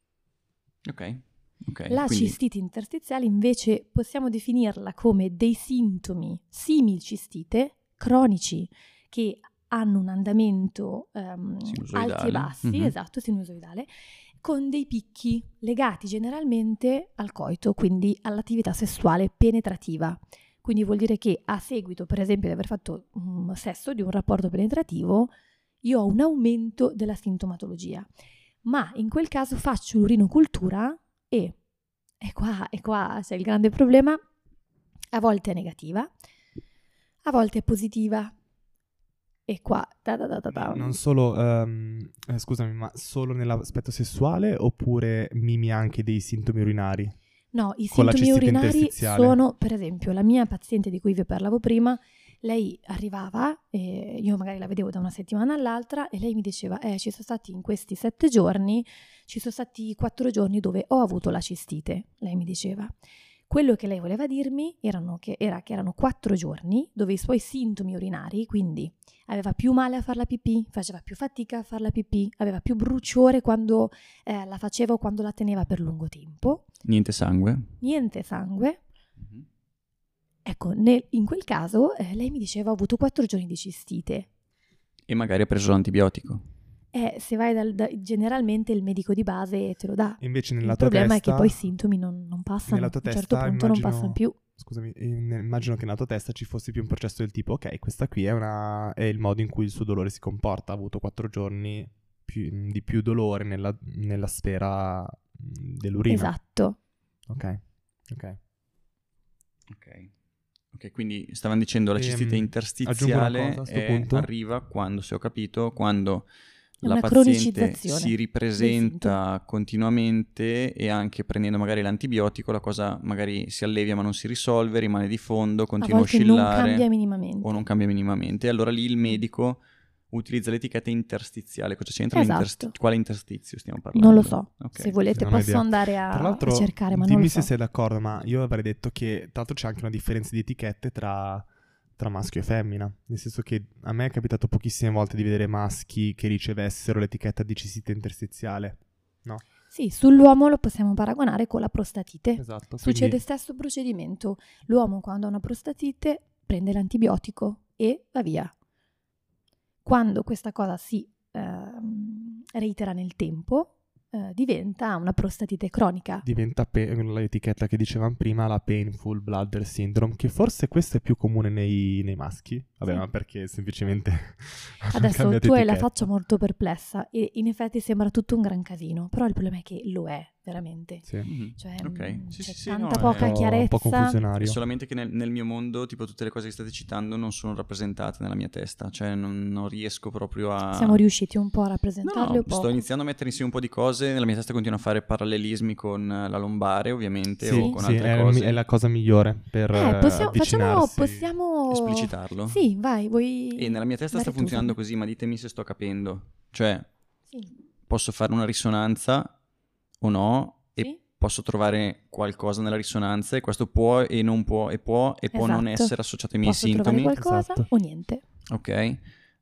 Ok, ok. La quindi... cistite interstiziale invece possiamo definirla come dei sintomi simil-cistite cronici che hanno un andamento ehm, Sinusoidale. alti e bassi, Mhm. esatto, sinusoidale, con dei picchi legati generalmente al coito, quindi all'attività sessuale penetrativa. Quindi vuol dire che a seguito, per esempio, di aver fatto un sesso, di un rapporto penetrativo, io ho un aumento della sintomatologia. Ma in quel caso faccio l'urinocultura e, e qua, e qua c'è il grande problema, a volte è negativa, a volte è positiva. E qua, da da da da da. Non solo, ehm, eh, scusami, ma solo nell'aspetto sessuale oppure mimi anche dei sintomi urinari? No, i Con la sintomi cistite urinari interstiziale. sono, per esempio, la mia paziente di cui vi parlavo prima, lei arrivava, e io magari la vedevo da una settimana all'altra e lei mi diceva, eh, ci sono stati in questi sette giorni, ci sono stati quattro giorni dove ho avuto la cistite, lei mi diceva. Quello che lei voleva dirmi erano che, era che erano quattro giorni dove i suoi sintomi urinari, quindi aveva più male a far la pipì, faceva più fatica a far la pipì, aveva più bruciore quando eh, la faceva o quando la teneva per lungo tempo, Niente sangue? niente sangue. Ecco, nel- in quel caso eh, lei mi diceva ho avuto quattro giorni di cistite. E magari ha preso l'antibiotico. Eh, se vai dal, da- generalmente il medico di base te lo dà. Invece nella Il tua problema testa, è che poi i sintomi non, non passano, nella a tua un certo testa punto non immagino- passano più. Scusami, in- immagino che nella tua testa ci fosse più un processo del tipo, ok, questa qui è, una, è il modo in cui il suo dolore si comporta, ha avuto quattro giorni più- di più dolore nella, nella sfera mh, dell'urina. Esatto. Ok, ok. Ok. Ok, quindi stavano dicendo la Ehm, cistite aggiungo interstiziale una cosa a sto è- punto. arriva quando, se ho capito, quando È la una paziente cronicizzazione si dei ripresenta continuamente e anche prendendo magari l'antibiotico la cosa magari si allevia ma non si risolve, rimane di fondo, A continua a volte non oscillare cambia minimamente. o non cambia minimamente. E allora lì il medico utilizza l'etichetta interstiziale. Cosa c'entra? Esatto. l'intersti- Quale interstizio stiamo parlando? Non lo so. Ok. Se volete non ho posso idea. andare a, Tra l'altro, a cercare, ma non dimmi lo se so. sei d'accordo, ma io avrei detto che tra l'altro c'è anche una differenza di etichette tra, tra maschio e femmina. Nel senso che a me è capitato pochissime volte di vedere maschi che ricevessero l'etichetta di cistite interstiziale. No? Sì, sull'uomo lo possiamo paragonare con la prostatite. Esatto. Succede quindi- stesso procedimento. L'uomo quando ha una prostatite prende l'antibiotico e va via. Quando questa cosa si ehm, reitera nel tempo, eh, diventa una prostatite cronica. diventa pe- l'etichetta che dicevamo prima, la painful bladder syndrome, che forse questo è più comune nei, nei maschi. Vabbè, Sì. ma perché semplicemente hanno Adesso cambiato tu hai la etichetta. faccia molto perplessa e in effetti sembra tutto un gran casino, però il problema è che lo è, veramente. Sì. Mhm. Cioè, Ok. mm, Sì, c'è sì, sì, tanta no, poca è- Un po', un po' chiarezza. confusionario. È solamente che nel, nel mio mondo, tipo, tutte le cose che state citando non sono rappresentate nella mia testa, cioè non, non riesco proprio a... Siamo riusciti un po' a No, rappresentarle no, un po'. sto iniziando a mettere insieme un po' di cose, nella mia testa continuo a fare parallelismi con eh, la lombare, ovviamente, Sì, o con sì, altre è, cose. è la cosa migliore per Eh, possiamo, eh, facciamo, avvicinarsi. possiamo... Esplicitarlo? Sì, vai, vuoi... E nella mia testa sta dare tu, funzionando Fabio? così, ma ditemi se sto capendo. Cioè, Sì. posso fare una risonanza o no, e Sì. posso trovare qualcosa nella risonanza, e questo può e non può, e può e può non Esatto. essere associato ai miei Posso sintomi. trovare qualcosa Esatto. o niente. Ok.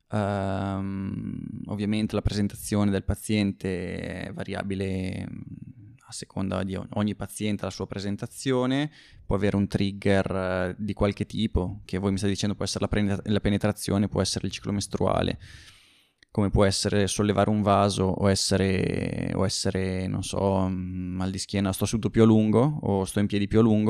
Ehm, ovviamente la presentazione del paziente è variabile mh, a seconda di o- ogni paziente, la sua presentazione, può avere un trigger eh, di qualche tipo, che voi mi state dicendo può essere la, pre- la penetrazione, può essere il ciclo mestruale, come può essere sollevare un vaso o essere, o essere non so, mh, mal di schiena, sto seduto più a lungo o sto in piedi più a lungo.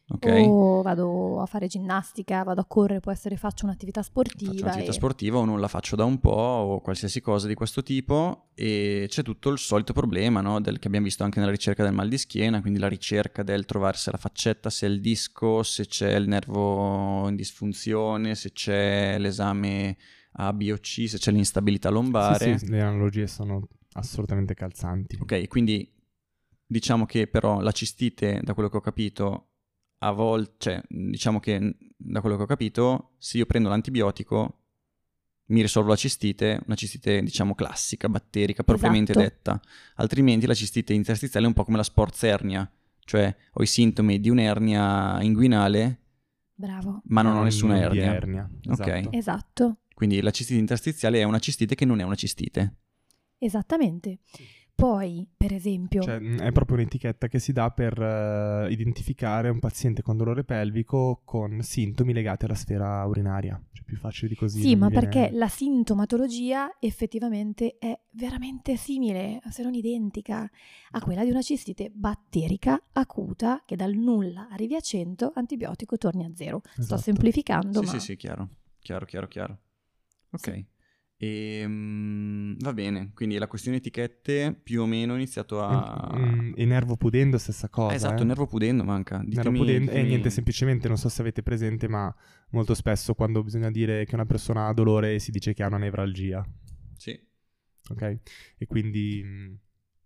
ok? O vado a fare ginnastica, vado a correre, può essere faccio un'attività sportiva. Faccio un'attività e... sportiva o non la faccio da un po' o qualsiasi cosa di questo tipo, e c'è tutto il solito problema, no? Del, che abbiamo visto anche nella ricerca del mal di schiena, quindi la ricerca del trovare se la faccetta, se è il disco, se c'è il nervo in disfunzione, se c'è l'esame A, B o C, se c'è l'instabilità lombare. Sì, sì, le analogie sono assolutamente calzanti. Ok, quindi diciamo che però la cistite, da quello che ho capito, a volte, cioè diciamo che da quello che ho capito, se io prendo l'antibiotico mi risolvo la cistite, una cistite diciamo classica, batterica, propriamente Esatto. detta. Altrimenti la cistite interstiziale è un po' come la sporza ernia, cioè ho i sintomi di un'ernia inguinale, Bravo. ma non ho nessuna di ernia. ernia. Ok. Esatto. Esatto. Quindi la cistite interstiziale è una cistite che non è una cistite. Esattamente. Poi, per esempio, Cioè, mh, è proprio un'etichetta che si dà per eh, identificare un paziente con dolore pelvico con sintomi legati alla sfera urinaria. Cioè, più facile di così. sì, non ma mi viene- perché la sintomatologia effettivamente è veramente simile, se non identica, a quella di una cistite batterica acuta che dal nulla arrivi a cento, antibiotico torni a zero. Sto Esatto. semplificando, Sì, ma sì, sì, chiaro, chiaro, chiaro, chiaro. Ok. Sì. E, mm, va bene, quindi la questione etichette più o meno ho iniziato a... Mm, e nervo pudendo, stessa cosa. Ah, esatto, eh. nervo pudendo manca. Nervo Ditemi, pudendo, e ditemi- niente, semplicemente, non so se avete presente, ma molto spesso quando bisogna dire che una persona ha dolore si dice che ha una nevralgia. Sì, Ok? E quindi, mh,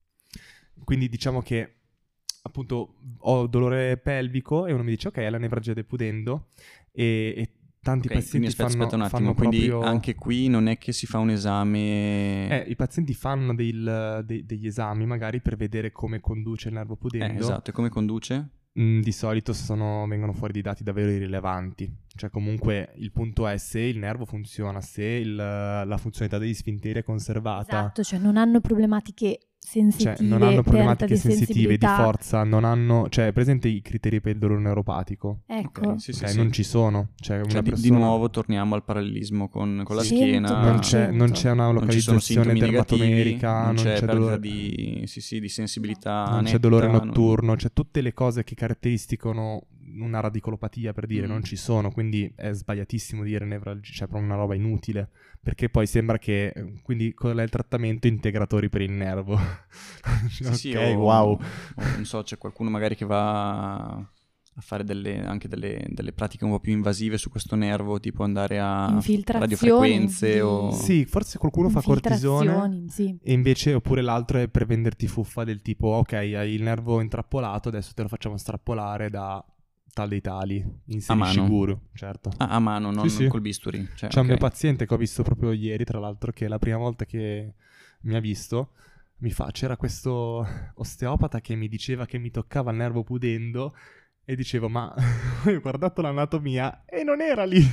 quindi diciamo che appunto ho dolore pelvico e uno mi dice ok, è la nevralgia del pudendo e, e tanti ok, quindi pazienti aspetta, fanno, aspetta un attimo, fanno quindi proprio... anche qui non è che si fa un esame... Eh, i pazienti fanno del- dei- degli esami magari per vedere come conduce il nervo Eh, pudendo. esatto, e come conduce? Mm, di solito sono- vengono fuori dei dati davvero irrilevanti. Cioè comunque il punto è se il nervo funziona, se il- la funzionalità degli sfinteri è conservata. esatto, cioè non hanno problematiche sensitive, Cioè, non hanno problematiche perdita di sensitive, di sensibilità. forza, non hanno... Cioè, presente i criteri per il dolore neuropatico? Ecco, Ok, sì, sì, Ok, sì. non ci sono. Cioè, una Cioè, di, persona... di nuovo torniamo al parallelismo con, con la Sì. schiena. Non c'è, non cento. c'è una Non ci sono localizzazione sintomi negativi, dermatomerica, non non c'è, c'è perdita dolore... di, sì, sì, di sensibilità Non c'è netta, dolore non- notturno, cioè tutte le cose che caratterizzano una radicolopatia, per dire, Mm. non ci sono, quindi è sbagliatissimo dire nevralgia, cioè proprio una roba inutile, perché poi sembra che, eh, quindi qual è il trattamento? Integratori per il nervo. Sì, ok, sì, o, wow. o non so, c'è qualcuno magari che va a fare delle, anche delle, delle pratiche un po' più invasive su questo nervo, tipo andare a Infiltrazioni radiofrequenze di- o... Sì, forse qualcuno fa cortisone infiltrazioni, sì. e invece, oppure l'altro è per venderti fuffa del tipo, ok, hai il nervo intrappolato, adesso te lo facciamo strappolare da tal dei tali, inserisci mano? guru, certo. Ah, a mano, non, Sì, sì. non col bisturi. Cioè, C'è un mio ok. paziente che ho visto proprio ieri, tra l'altro, che la prima volta che mi ha visto, mi fa, c'era questo osteopata che mi diceva che mi toccava il nervo pudendo e dicevo, ma ho guardato l'anatomia e non era lì.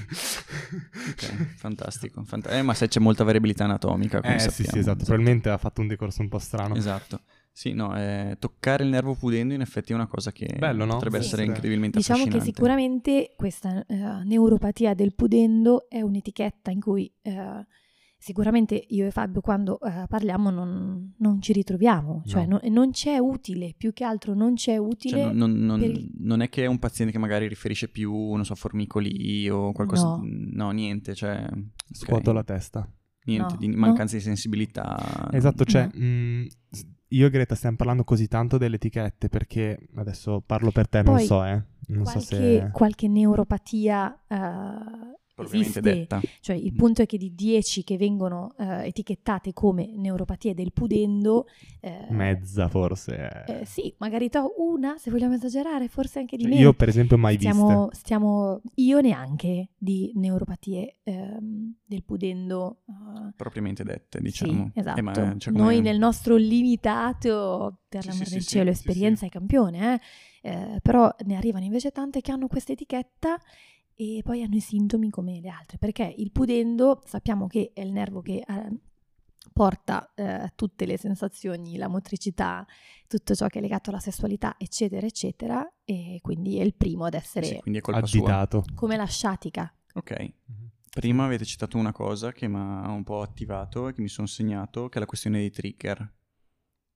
Ok, fantastico. fant- eh, ma se c'è molta variabilità anatomica, come Eh sì, sappiamo. sì, esatto, probabilmente ha fatto un decorso un po' strano. Esatto. Sì, no, eh, toccare il nervo pudendo in effetti è una cosa che Bello, no? potrebbe Sì. essere Sì. incredibilmente Diciamo che affascinante. sicuramente questa eh, neuropatia del pudendo è un'etichetta in cui eh, sicuramente io e Fabio quando eh, parliamo non, non ci ritroviamo, cioè No. no- non c'è utile, più che altro non c'è utile. Cioè, non, non- per il- non è che è un paziente che magari riferisce più, non so, formicoli o qualcosa... No. No, niente, cioè... ok. Scuoto la testa. Niente, No, di no. mancanza di sensibilità. Esatto, cioè, No. mh, io e Greta stiamo parlando così tanto delle etichette perché, adesso parlo per te, non Poi so, eh, non so qualche, se... qualche neuropatia eh, Propriamente esiste. detta. Cioè il punto è che di dieci che vengono eh, etichettate come neuropatie del pudendo, eh, Mezza forse. eh, sì, magari to una, se vogliamo esagerare, forse anche di Cioè, meno. io per esempio mai stiamo, viste. stiamo, io neanche di neuropatie ehm, del pudendo. eh, Propriamente dette, diciamo. Sì, esatto. Eh, ma, cioè, come- Noi nel nostro limitato, per Sì, l'amor sì, del sì, cielo, sì, esperienza sì. e campione, eh? Eh, però ne arrivano invece tante che hanno questa etichetta e poi hanno i sintomi come le altre, perché il pudendo sappiamo che è il nervo che eh, porta eh, tutte le sensazioni, la motricità, tutto ciò che è legato alla sessualità, eccetera, eccetera, e quindi è il primo ad essere Sì, quindi è colpa sua. Additato. come la sciatica. Ok. Prima avete citato una cosa che mi ha un po' attivato e che mi sono segnato, che è la questione dei trigger.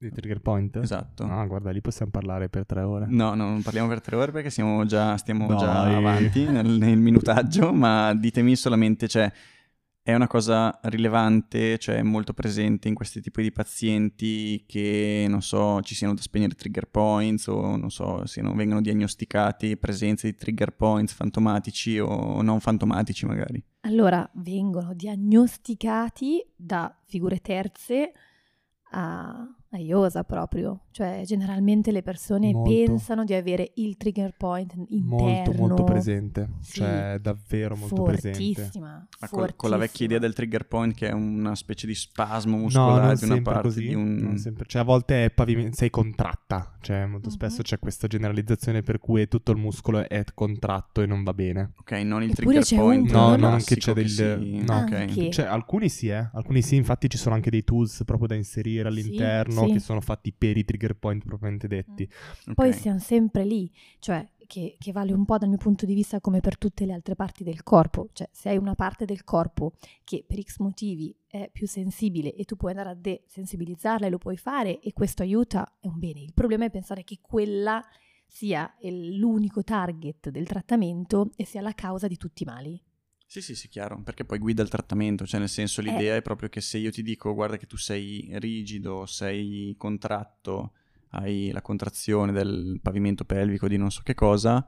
Di trigger point? Esatto. Ah, guarda, lì possiamo parlare per tre ore. No, no, non parliamo per tre ore perché siamo già, stiamo Dai. già avanti nel, nel minutaggio, ma ditemi solamente, cioè, è una cosa rilevante, cioè molto presente in questi tipi di pazienti che, non so, ci siano da spegnere trigger points o, non so, siano, vengano diagnosticati presenze di trigger points fantomatici o non fantomatici magari. Allora, vengono diagnosticati da figure terze a, a iosa proprio, cioè generalmente le persone Molto. pensano di avere il trigger point interno. Molto, molto presente, Sì, cioè davvero molto presente. fortissima, Ma col- con la vecchia idea del trigger point che è una specie di spasmo No, muscolare non di una sempre parte così, di un... non sempre. Cioè a volte è paviment- sei contratta, cioè molto Mhm. spesso c'è questa generalizzazione per cui tutto il muscolo è contratto e non va bene. Ok, non il Eppure trigger c'è point un- No, no, non no. che c'è del... si- no, ok. Anche. Cioè, alcuni sì, eh. Alcuni sì, infatti ci sono anche dei tools proprio da inserire all'interno sì. che sono fatti per i trigger point propriamente detti. Ok. Poi siamo sempre lì, cioè che, che vale un po' dal mio punto di vista come per tutte le altre parti del corpo, cioè se hai una parte del corpo che per X motivi è più sensibile e tu puoi andare a desensibilizzarla e lo puoi fare e questo aiuta, è un bene. Il problema è pensare che quella sia il- l'unico target del trattamento e sia la causa di tutti i mali. Sì, sì, sì, chiaro, perché poi guida il trattamento, cioè nel senso l'idea è proprio che se io ti dico guarda che tu sei rigido, sei contratto, hai la contrazione del pavimento pelvico di non so che cosa,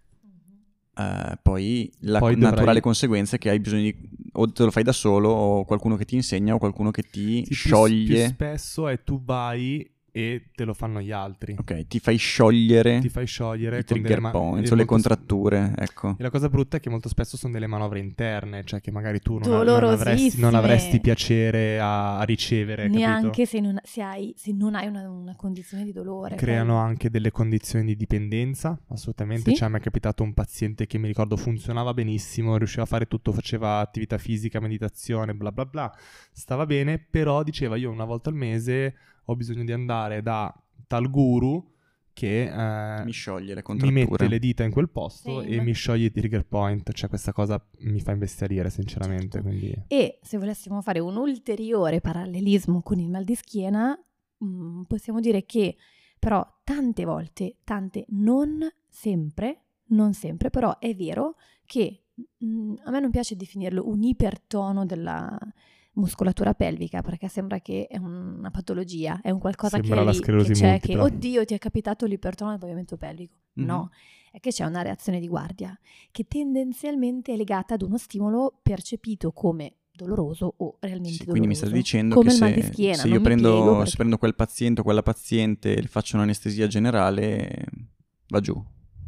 eh, poi la Poi naturale dovrai- conseguenza è che hai bisogno di o te lo fai da solo o qualcuno che ti insegna o qualcuno che ti Sì, più- scioglie, Più spesso è tu vai e te lo fanno gli altri. ok, ti fai sciogliere Ti fai sciogliere i con trigger delle ma- points e o le molto s- contratture, ecco. E la cosa brutta è che molto spesso sono delle manovre interne, cioè che magari tu non, non Dolorosissime. avresti, non avresti piacere a, a ricevere, Neanche capito? se non, se hai, se non hai una, una condizione di dolore. Creano poi. anche delle condizioni di dipendenza, assolutamente. Sì. Cioè, mi è capitato un paziente che mi ricordo funzionava benissimo, riusciva a fare tutto, faceva attività fisica, meditazione, bla bla bla, stava bene, però diceva io una volta al mese ho bisogno di andare da tal guru che eh, Mi scioglie le mi contratture. mette le dita in quel posto Sì, e ma- mi scioglie i trigger point, cioè questa cosa mi fa imbestialire sinceramente, Certo. quindi... E se volessimo fare un ulteriore parallelismo con il mal di schiena, mh, possiamo dire che però tante volte, tante, non sempre, non sempre, però è vero che mh, a me non piace definirlo un ipertono della muscolatura pelvica perché sembra che è una patologia, è un qualcosa Sembra che è la lì, sclerosi che c'è, multipla. che oddio ti è capitato l'ipertono del pavimento pelvico. Mhm. No, è che c'è una reazione di guardia che tendenzialmente è legata ad uno stimolo percepito come doloroso o realmente Sì, doloroso. quindi mi stai dicendo come che il mal di se, schiena, se non io mi prendo, piego se perché- prendo quel paziente o quella paziente e le faccio un'anestesia generale, va giù.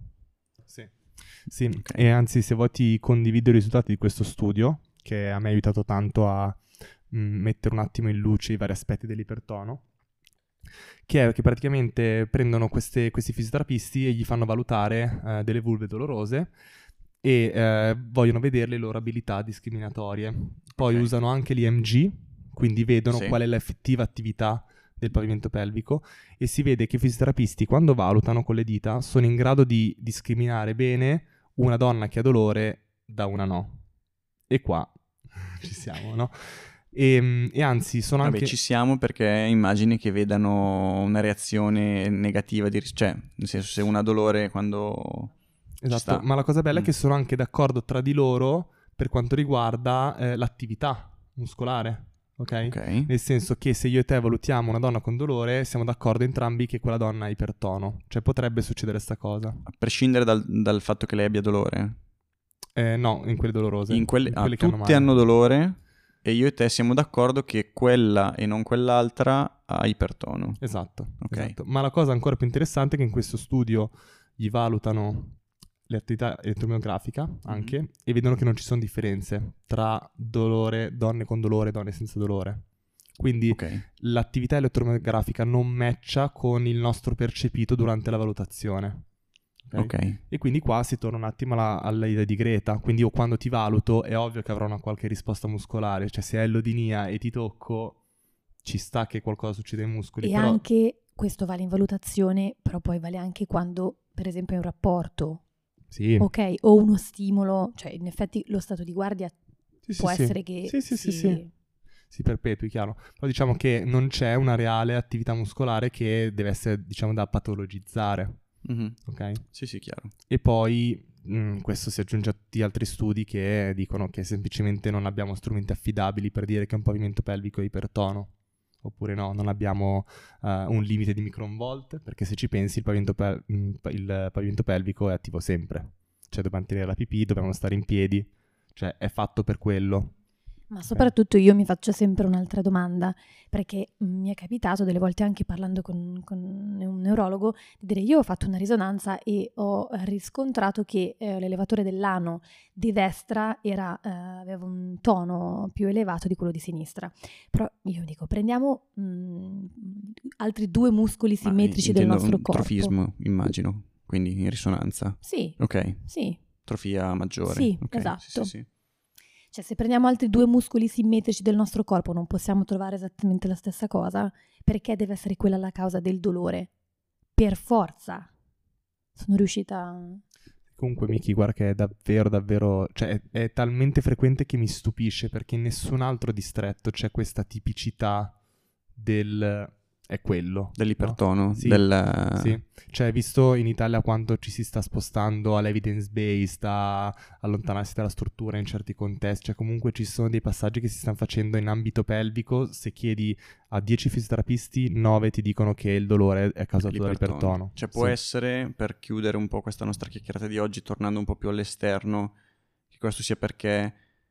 Sì, sì. Ok. E anzi se vuoi ti condivido i risultati di questo studio che a me ha aiutato tanto a mh, mettere un attimo in luce i vari aspetti dell'ipertono, che è che praticamente prendono queste- questi fisioterapisti e gli fanno valutare eh, delle vulve dolorose e eh, vogliono vedere le loro abilità discriminatorie. Poi Ok. usano anche l'I M G, quindi vedono Sì. qual è l'effettiva attività del pavimento pelvico e si vede che i fisioterapisti quando valutano con le dita sono in grado di discriminare bene una donna che ha dolore da una no. E qua ci siamo, no? E, e anzi sono Vabbè, anche... ci siamo perché immagini che vedano una reazione negativa, di ris- cioè, nel senso se una ha dolore quando... ci Esatto, sta. ma la cosa bella Mm. è che sono anche d'accordo tra di loro per quanto riguarda eh, l'attività muscolare, ok? Ok. Nel senso che se io e te valutiamo una donna con dolore, siamo d'accordo entrambi che quella donna ha ipertono. Cioè potrebbe succedere sta cosa. A prescindere dal, dal fatto che lei abbia dolore. Eh, no, in quelle dolorose. In quelle, ah, quelle che hanno tutte male. hanno dolore e io e te siamo d'accordo che quella e non quell'altra ha ipertono. Esatto, Ok. esatto. Ma la cosa ancora più interessante è che in questo studio gli valutano l'attività elettromiografica anche Mhm. e vedono che non ci sono differenze tra dolore, donne con dolore e donne senza dolore. Quindi Ok. l'attività elettromiografica non matcha con il nostro percepito durante la valutazione. Ok? Ok. E quindi qua si torna un attimo alla, all'idea di Greta. Quindi io quando ti valuto è ovvio che avrò una qualche risposta muscolare. Cioè se hai l'odinia e ti tocco, ci sta che qualcosa succede ai muscoli. E però... anche questo vale in valutazione, però poi vale anche quando, per esempio, è un rapporto, Sì. ok? O uno stimolo, cioè in effetti lo stato di guardia Sì, sì, può sì. essere che Sì, sì, sì, si- sì. si perpetui, chiaro. Però diciamo che non c'è una reale attività muscolare che deve essere, diciamo, da patologizzare. Mm-hmm. Ok? Sì, sì, chiaro. E poi mh, questo si aggiunge a tutti gli altri studi che dicono che semplicemente non abbiamo strumenti affidabili per dire che un pavimento pelvico è ipertono. Oppure no, non abbiamo uh, un limite di micronvolt, perché se ci pensi il pavimento, pe- il pavimento pelvico è attivo sempre. Cioè dobbiamo tenere la pipì, dobbiamo stare in piedi, cioè è fatto per quello. Ma soprattutto io mi faccio sempre un'altra domanda, perché mi è capitato delle volte anche parlando con, con un neurologo di dire io ho fatto una risonanza e ho riscontrato che eh, l'elevatore dell'ano di destra era, eh, aveva un tono più elevato di quello di sinistra. Però io dico prendiamo mh, altri due muscoli simmetrici del nostro un corpo. Trofismo, immagino, quindi in risonanza. Sì, Ok. sì. Trofia maggiore. Sì, okay. esatto. Sì, sì, sì. Cioè, se prendiamo altri due muscoli simmetrici del nostro corpo non possiamo trovare esattamente la stessa cosa? Perché deve essere quella la causa del dolore? Per forza. Sono riuscita... Comunque, Miki, guarda che è davvero, davvero... Cioè, è, è talmente frequente che mi stupisce, perché in nessun altro distretto c'è questa tipicità del... è quello. Dell'ipertono? No? Sì, del... sì. Cioè, visto in Italia quanto ci si sta spostando all'evidence based, a allontanarsi dalla struttura in certi contesti, cioè comunque ci sono dei passaggi che si stanno facendo in ambito pelvico. Se chiedi a dieci fisioterapisti, nove ti dicono che il dolore è causato dall'ipertono. Cioè può sì. essere, per chiudere un po' questa nostra chiacchierata di oggi, tornando un po' più all'esterno, che questo sia perché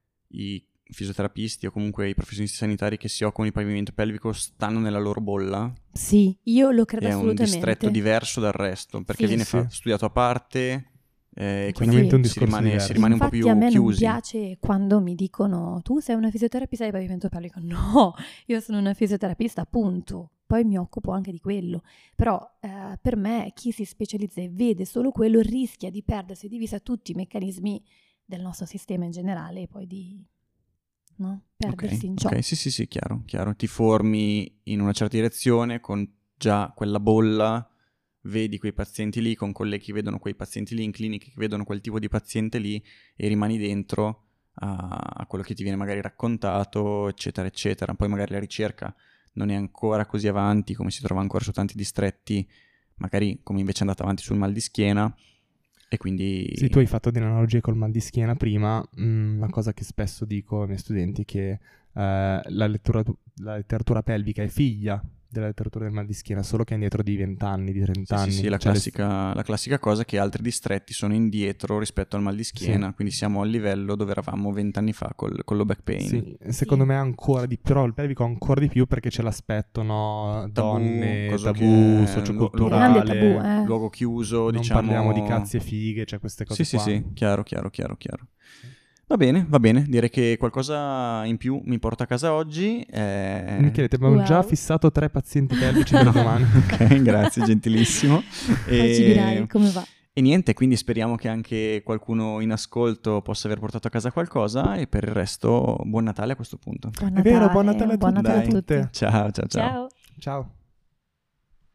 i fisioterapisti o comunque i professionisti sanitari che si occupano di pavimento pelvico stanno nella loro bolla. Sì, io lo credo è assolutamente. È un distretto diverso dal resto, perché sì, viene sì. fa- studiato a parte e sì. quindi un si rimane, si rimane un po' Infatti più a me chiusi. non piace quando mi dicono tu sei una fisioterapista di pavimento pelvico. No, io sono una fisioterapista, appunto. Poi mi occupo anche di quello. Però eh, per me chi si specializza e vede solo quello rischia di perdersi di vista tutti i meccanismi del nostro sistema in generale e poi di... no? Perdersi okay, in ciò. Ok, sì, sì, sì, chiaro, chiaro. Ti formi in una certa direzione con già quella bolla, vedi quei pazienti lì, con colleghi che vedono quei pazienti lì, in cliniche che vedono quel tipo di paziente lì e rimani dentro a, a quello che ti viene magari raccontato, eccetera, eccetera. Poi magari la ricerca non è ancora così avanti, come si trova ancora su tanti distretti, magari come invece è andata avanti sul mal di schiena. E quindi... Sì, tu hai fatto delle analogie col mal di schiena prima. Mm, una cosa che spesso dico ai miei studenti è che eh, la, lettura, la letteratura pelvica è figlia della letteratura del mal di schiena, solo che è indietro di venti anni, di trenta sì, anni. Sì, sì, la, cioè classica, le... la classica cosa è che altri distretti sono indietro rispetto al mal di schiena, sì. quindi siamo al livello dove eravamo vent'anni fa col, con lo back pain. Sì, secondo sì. me ancora di più, però il pelvico ancora di più perché c'è l'aspetto, no, tabù, donne, tabù, socioculturale, grande tabù, eh. luogo chiuso, non diciamo... parliamo di cazzi e fighe, cioè queste cose sì, qua. Sì, sì, chiaro, chiaro, chiaro, chiaro. Va bene, va bene, direi che qualcosa in più mi porto a casa oggi. Eh... Michele, ti abbiamo wow. già fissato tre pazienti pelvici per domani. Ok, grazie, gentilissimo. E... poi ci dirai come va. E niente, quindi speriamo che anche qualcuno in ascolto possa aver portato a casa qualcosa e per il resto buon Natale a questo punto. Buon Natale, è vero, buon Natale a buon tutti. Natale a tutti. Ciao, ciao, ciao. Ciao. Ciao.